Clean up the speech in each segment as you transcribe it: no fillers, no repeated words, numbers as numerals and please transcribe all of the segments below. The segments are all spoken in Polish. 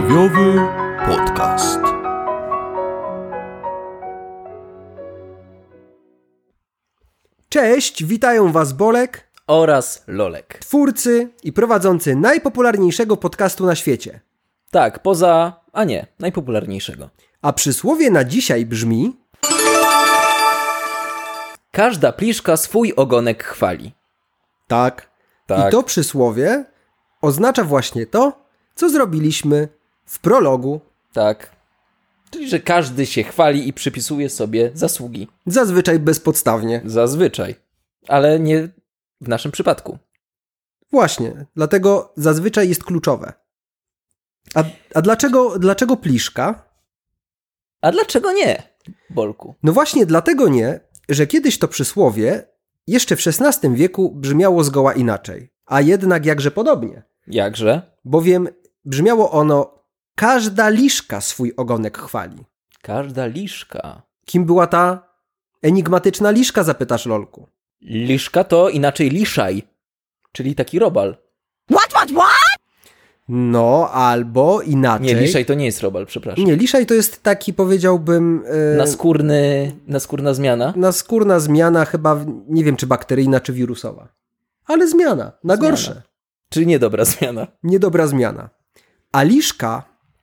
Przysłowiowy podcast. Cześć, witają Was Bolek oraz Lolek. Twórcy i prowadzący najpopularniejszego podcastu na świecie. Tak, najpopularniejszego. A przysłowie na dzisiaj brzmi: każda pliszka swój ogonek chwali. Tak. I to przysłowie oznacza właśnie to, co zrobiliśmy w prologu. Tak. Czyli, że każdy się chwali i przypisuje sobie zasługi. Zazwyczaj bezpodstawnie. Zazwyczaj. Ale nie w naszym przypadku. Właśnie, dlatego zazwyczaj jest kluczowe. A dlaczego pliszka? A dlaczego nie, Bolku? No właśnie dlatego nie, że kiedyś to przysłowie jeszcze w XVI wieku brzmiało zgoła inaczej. A jednak jakże podobnie. Jakże? Bowiem brzmiało ono: każda liszka swój ogonek chwali. Każda liszka. Kim była ta enigmatyczna liszka, zapytasz, Lolku? Liszka to inaczej liszaj, czyli taki robal. What? No, albo inaczej. Nie, liszaj to nie jest robal, przepraszam. Nie, liszaj to jest taki, powiedziałbym... Naskórna zmiana? Naskórna zmiana, chyba, nie wiem, czy bakteryjna, czy wirusowa. Ale zmiana, na gorsze. Czyli niedobra zmiana. Niedobra zmiana. A liszka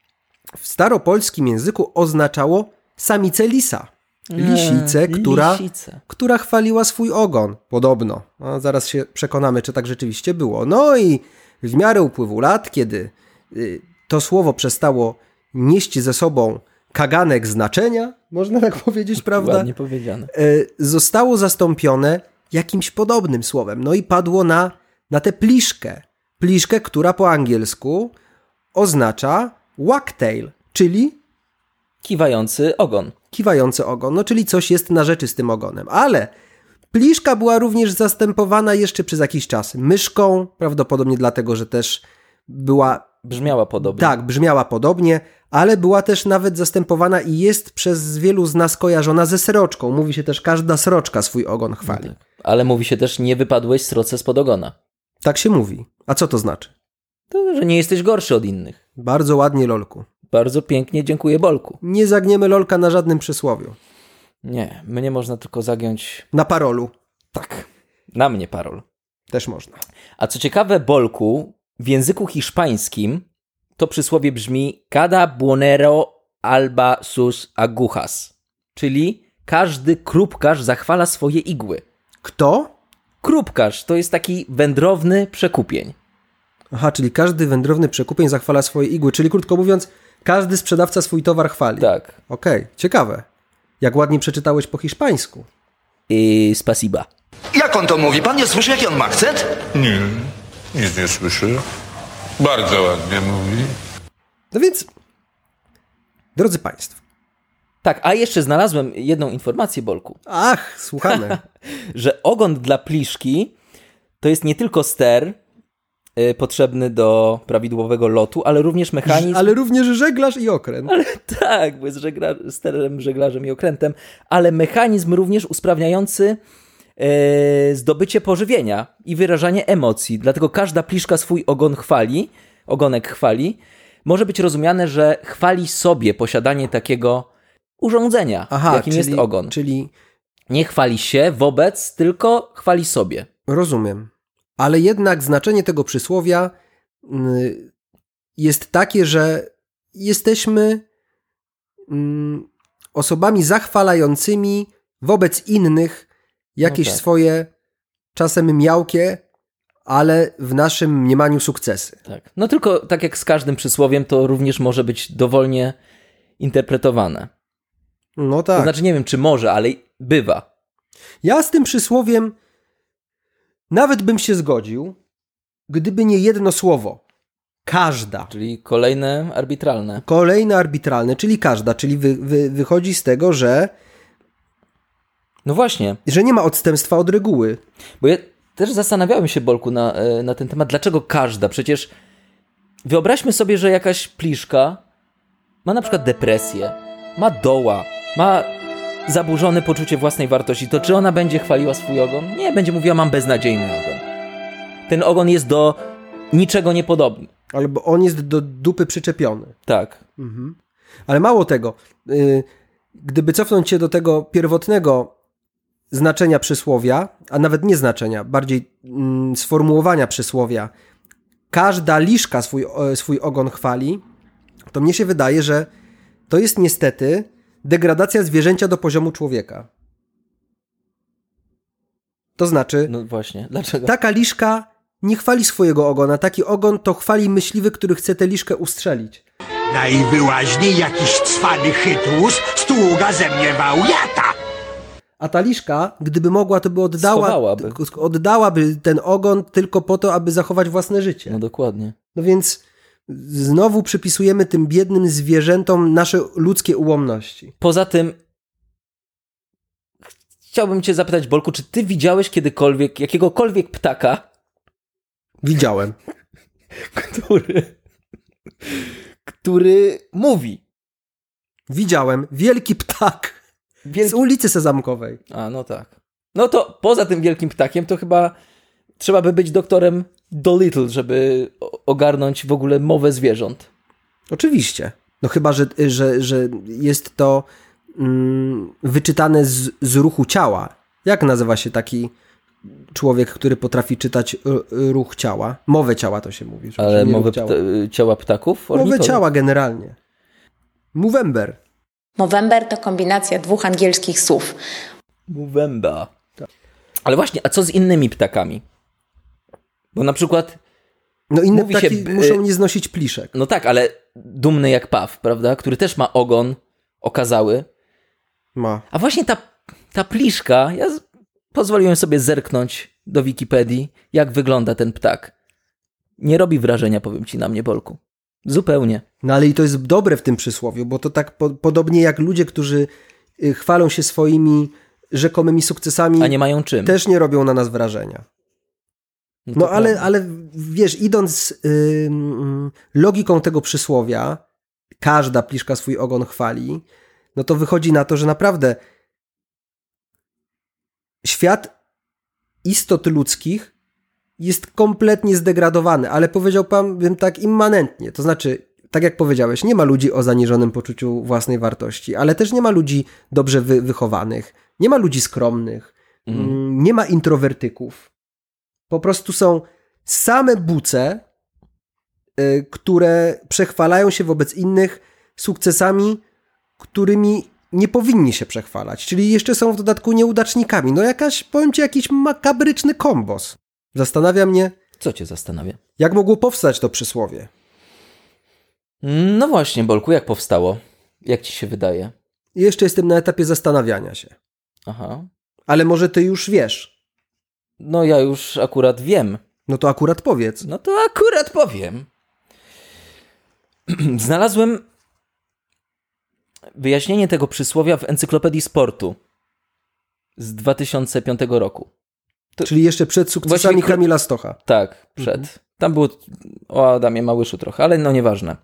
w staropolskim języku oznaczało samicę lisa. Lisicę, która chwaliła swój ogon. Podobno. No, zaraz się przekonamy, czy tak rzeczywiście było. No i w miarę upływu lat, kiedy to słowo przestało nieść ze sobą kaganek znaczenia, można tak powiedzieć, prawda? Ładnie powiedziane. Zostało zastąpione jakimś podobnym słowem. No i padło na tę pliszkę. Pliszkę, która po angielsku oznacza wagtail, czyli kiwający ogon. Kiwający ogon, no czyli coś jest na rzeczy z tym ogonem. Ale pliszka była również zastępowana jeszcze przez jakiś czas myszką, prawdopodobnie dlatego, że też brzmiała podobnie. Tak, brzmiała podobnie, ale była też nawet zastępowana i jest przez wielu z nas kojarzona ze sroczką. Mówi się też, każda sroczka swój ogon chwali. No tak. Ale mówi się też, nie wypadłeś sroce spod ogona. Tak się mówi. A co to znaczy? To, że nie jesteś gorszy od innych. Bardzo ładnie, Lolku. Bardzo pięknie, dziękuję, Bolku. Nie zagniemy Lolka na żadnym przysłowiu. Nie, mnie można tylko zagiąć... Na parolu. Tak, na mnie parol. Też można. A co ciekawe, Bolku, w języku hiszpańskim to przysłowie brzmi cada buonero alba sus agujas, czyli każdy krópkarz zachwala swoje igły. Kto? Krópkarz to jest taki wędrowny przekupień. Aha, czyli każdy wędrowny przekupień zachwala swoje igły, czyli krótko mówiąc, każdy sprzedawca swój towar chwali. Tak. Okej, ciekawe. Jak ładnie przeczytałeś po hiszpańsku. Spasiba. Jak on to mówi? Pan nie słyszy, jaki on ma akcent? Nie, nic nie słyszę. Bardzo ładnie mówi. No więc, drodzy Państwo. Tak, a jeszcze znalazłem jedną informację, Bolku. Ach, słuchamy. Że ogon dla pliszki to jest nie tylko ster potrzebny do prawidłowego lotu, ale również mechanizm... Ale również żeglarz i okręt. Ale tak, bo jest sterem, żeglarzem i okrętem, ale mechanizm również usprawniający zdobycie pożywienia i wyrażanie emocji. Dlatego każda pliszka swój ogonek chwali. Może być rozumiane, że chwali sobie posiadanie takiego urządzenia, jakim jest ogon. Czyli... Nie chwali się wobec, tylko chwali sobie. Rozumiem. Ale jednak znaczenie tego przysłowia jest takie, że jesteśmy osobami zachwalającymi wobec innych jakieś swoje, czasem miałkie, ale w naszym mniemaniu sukcesy. Tak. No tylko tak jak z każdym przysłowiem, to również może być dowolnie interpretowane. No tak. To znaczy nie wiem, czy może, ale bywa. Ja z tym przysłowiem nawet bym się zgodził, gdyby nie jedno słowo. Każda. Czyli kolejne arbitralne. Kolejne arbitralne, czyli każda. Czyli wychodzi z tego, że... No właśnie. Że nie ma odstępstwa od reguły. Bo ja też zastanawiałem się, Bolku, na ten temat. Dlaczego każda? Przecież wyobraźmy sobie, że jakaś pliszka ma na przykład depresję, ma doła, ma zaburzone poczucie własnej wartości. To czy ona będzie chwaliła swój ogon? Nie, będzie mówiła, mam beznadziejny ogon. Ten ogon jest do niczego niepodobny. Albo on jest do dupy przyczepiony. Tak. Ale mało tego, gdyby cofnąć się do tego pierwotnego znaczenia przysłowia, a nawet nie znaczenia, bardziej sformułowania przysłowia, każda liszka swój ogon chwali, to mnie się wydaje, że to jest niestety degradacja zwierzęcia do poziomu człowieka. To znaczy, No właśnie, dlaczego? taka liszka nie chwali swojego ogona, taki ogon to chwali myśliwy, który chce tę liszkę ustrzelić. Najwyraźniej jakiś cwany chytrus stługa ze mnie wałjata. A ta liszka, gdyby mogła, to by Schowałaby. oddałaby ten ogon tylko po to, aby zachować własne życie. No dokładnie. No więc znowu przypisujemy tym biednym zwierzętom nasze ludzkie ułomności. Poza tym chciałbym cię zapytać, Bolku, czy ty widziałeś kiedykolwiek jakiegokolwiek ptaka, Widziałem. który mówi? Widziałem. Wielki ptak z ulicy Sezamkowej. A, no tak. No to poza tym wielkim ptakiem, to chyba trzeba by być doktorem Dolittle, żeby ogarnąć w ogóle mowę zwierząt. Oczywiście. No chyba, że jest to wyczytane z ruchu ciała. Jak nazywa się taki człowiek, który potrafi czytać ruch ciała? Mowę ciała to się mówi. Ale mowę ciała ptaków? Mowę ciała generalnie. Movember. Movember to kombinacja 2 angielskich słów. Movember. Ale właśnie, a co z innymi ptakami? Bo na przykład... No inne mówi ptaki się, muszą nie znosić pliszek. No tak, ale dumny jak paw, prawda? Który też ma ogon okazały. Ma. A właśnie ta pliszka, pozwoliłem sobie zerknąć do Wikipedii, jak wygląda ten ptak. Nie robi wrażenia, powiem ci, na mnie, Bolku. Zupełnie. No ale i to jest dobre w tym przysłowiu, bo to tak podobnie jak ludzie, którzy chwalą się swoimi rzekomymi sukcesami, A nie mają czym. też nie robią na nas wrażenia. No ale wiesz, idąc logiką tego przysłowia, każda pliszka swój ogon chwali, no to wychodzi na to, że naprawdę świat istot ludzkich jest kompletnie zdegradowany, ale powiedziałbym tak immanentnie. To znaczy, tak jak powiedziałeś, nie ma ludzi o zaniżonym poczuciu własnej wartości, ale też nie ma ludzi dobrze wychowanych, nie ma ludzi skromnych, nie ma introwertyków. Po prostu są same buce, które przechwalają się wobec innych sukcesami, którymi nie powinni się przechwalać. Czyli jeszcze są w dodatku nieudacznikami. No powiem ci, jakiś makabryczny kombos. Zastanawia mnie... Co cię zastanawia? Jak mogło powstać to przysłowie? No właśnie, Bolku, jak powstało? Jak ci się wydaje? Jeszcze jestem na etapie zastanawiania się. Aha. Ale może ty już wiesz. No ja już akurat wiem. No to akurat powiedz. No to akurat powiem. Znalazłem wyjaśnienie tego przysłowia w Encyklopedii Sportu z 2005 roku. Czyli jeszcze przed sukcesami Kamila Stocha. Tak, przed. Tam było o Adamie Małyszu trochę, ale no nieważne.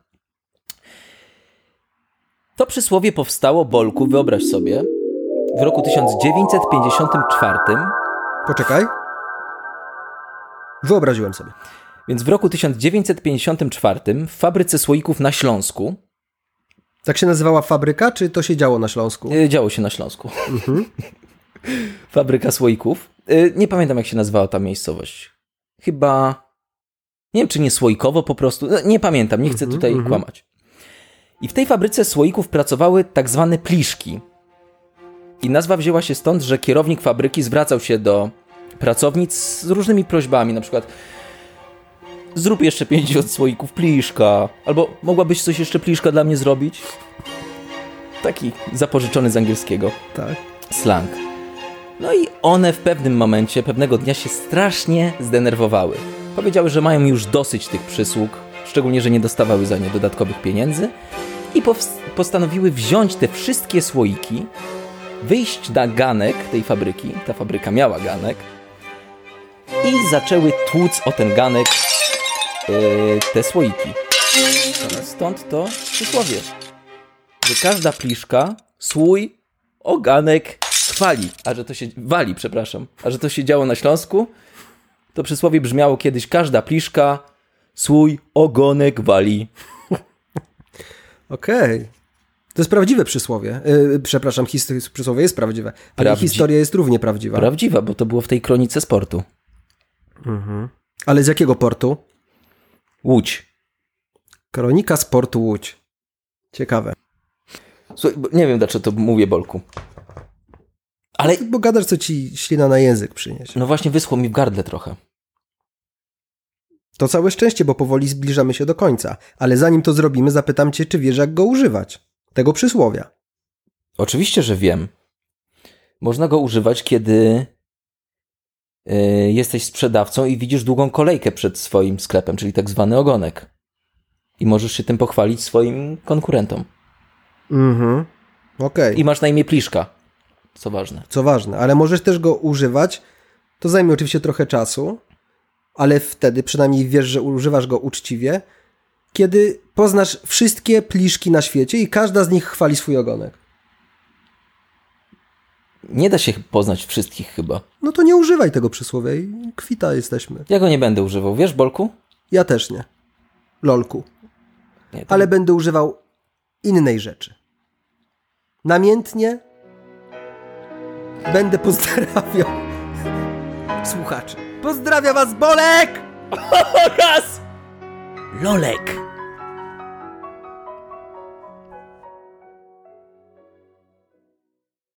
To przysłowie powstało, Bolku, wyobraź sobie, w roku 1954. Poczekaj. Wyobraziłem sobie. Więc w roku 1954 w fabryce słoików na Śląsku. Tak się nazywała fabryka, czy to się działo na Śląsku? Działo się na Śląsku. Fabryka słoików. Nie pamiętam, jak się nazywała ta miejscowość. Chyba... Nie wiem, czy nie Słoikowo po prostu. Nie pamiętam, nie chcę tutaj kłamać. I w tej fabryce słoików pracowały tak zwane pliszki. I nazwa wzięła się stąd, że kierownik fabryki zwracał się do pracownic z różnymi prośbami, na przykład zrób jeszcze 50 słoików pliszka, albo mogłabyś coś jeszcze pliszka dla mnie zrobić? Taki zapożyczony z angielskiego. Tak. Slang. No i one w pewnym momencie, pewnego dnia się strasznie zdenerwowały. Powiedziały, że mają już dosyć tych przysług, szczególnie, że nie dostawały za nie dodatkowych pieniędzy i postanowiły wziąć te wszystkie słoiki, wyjść na ganek tej fabryki, ta fabryka miała ganek, i zaczęły tłuc o ten ganek te słoiki. Stąd to przysłowie, że każda pliszka swój oganek chwali, a że to się działo na Śląsku, to przysłowie brzmiało kiedyś: każda pliszka swój ogonek wali. Okej. To jest prawdziwe przysłowie. Przepraszam, przysłowie jest prawdziwe. Ale historia jest równie prawdziwa. Prawdziwa, bo to było w tej kronice sportu. Ale z jakiego portu? Łódź. Kronika sportu Łódź. Ciekawe. Słuchaj, nie wiem, dlaczego to mówię, Bolku. Ale... Bo gadasz, co ci ślina na język przyniesie. No właśnie, wyschło mi w gardle trochę. To całe szczęście, bo powoli zbliżamy się do końca. Ale zanim to zrobimy, zapytam cię, czy wiesz, jak go używać? Tego przysłowia. Oczywiście, że wiem. Można go używać, kiedy jesteś sprzedawcą i widzisz długą kolejkę przed swoim sklepem, czyli tak zwany ogonek. I możesz się tym pochwalić swoim konkurentom. Okej. I masz na imię Pliszka. Co ważne. Co ważne, ale możesz też go używać. To zajmie oczywiście trochę czasu, ale wtedy przynajmniej wiesz, że używasz go uczciwie, kiedy poznasz wszystkie pliszki na świecie i każda z nich chwali swój ogonek. Nie da się poznać wszystkich chyba. No to nie używaj tego przysłowia i kwita jesteśmy. Ja go nie będę używał. Wiesz, Bolku? Ja też nie. Lolku. Nie, to... Ale będę używał innej rzeczy. Namiętnie będę pozdrawiał słuchaczy. Pozdrawia was Bolek! Oraz Lolek!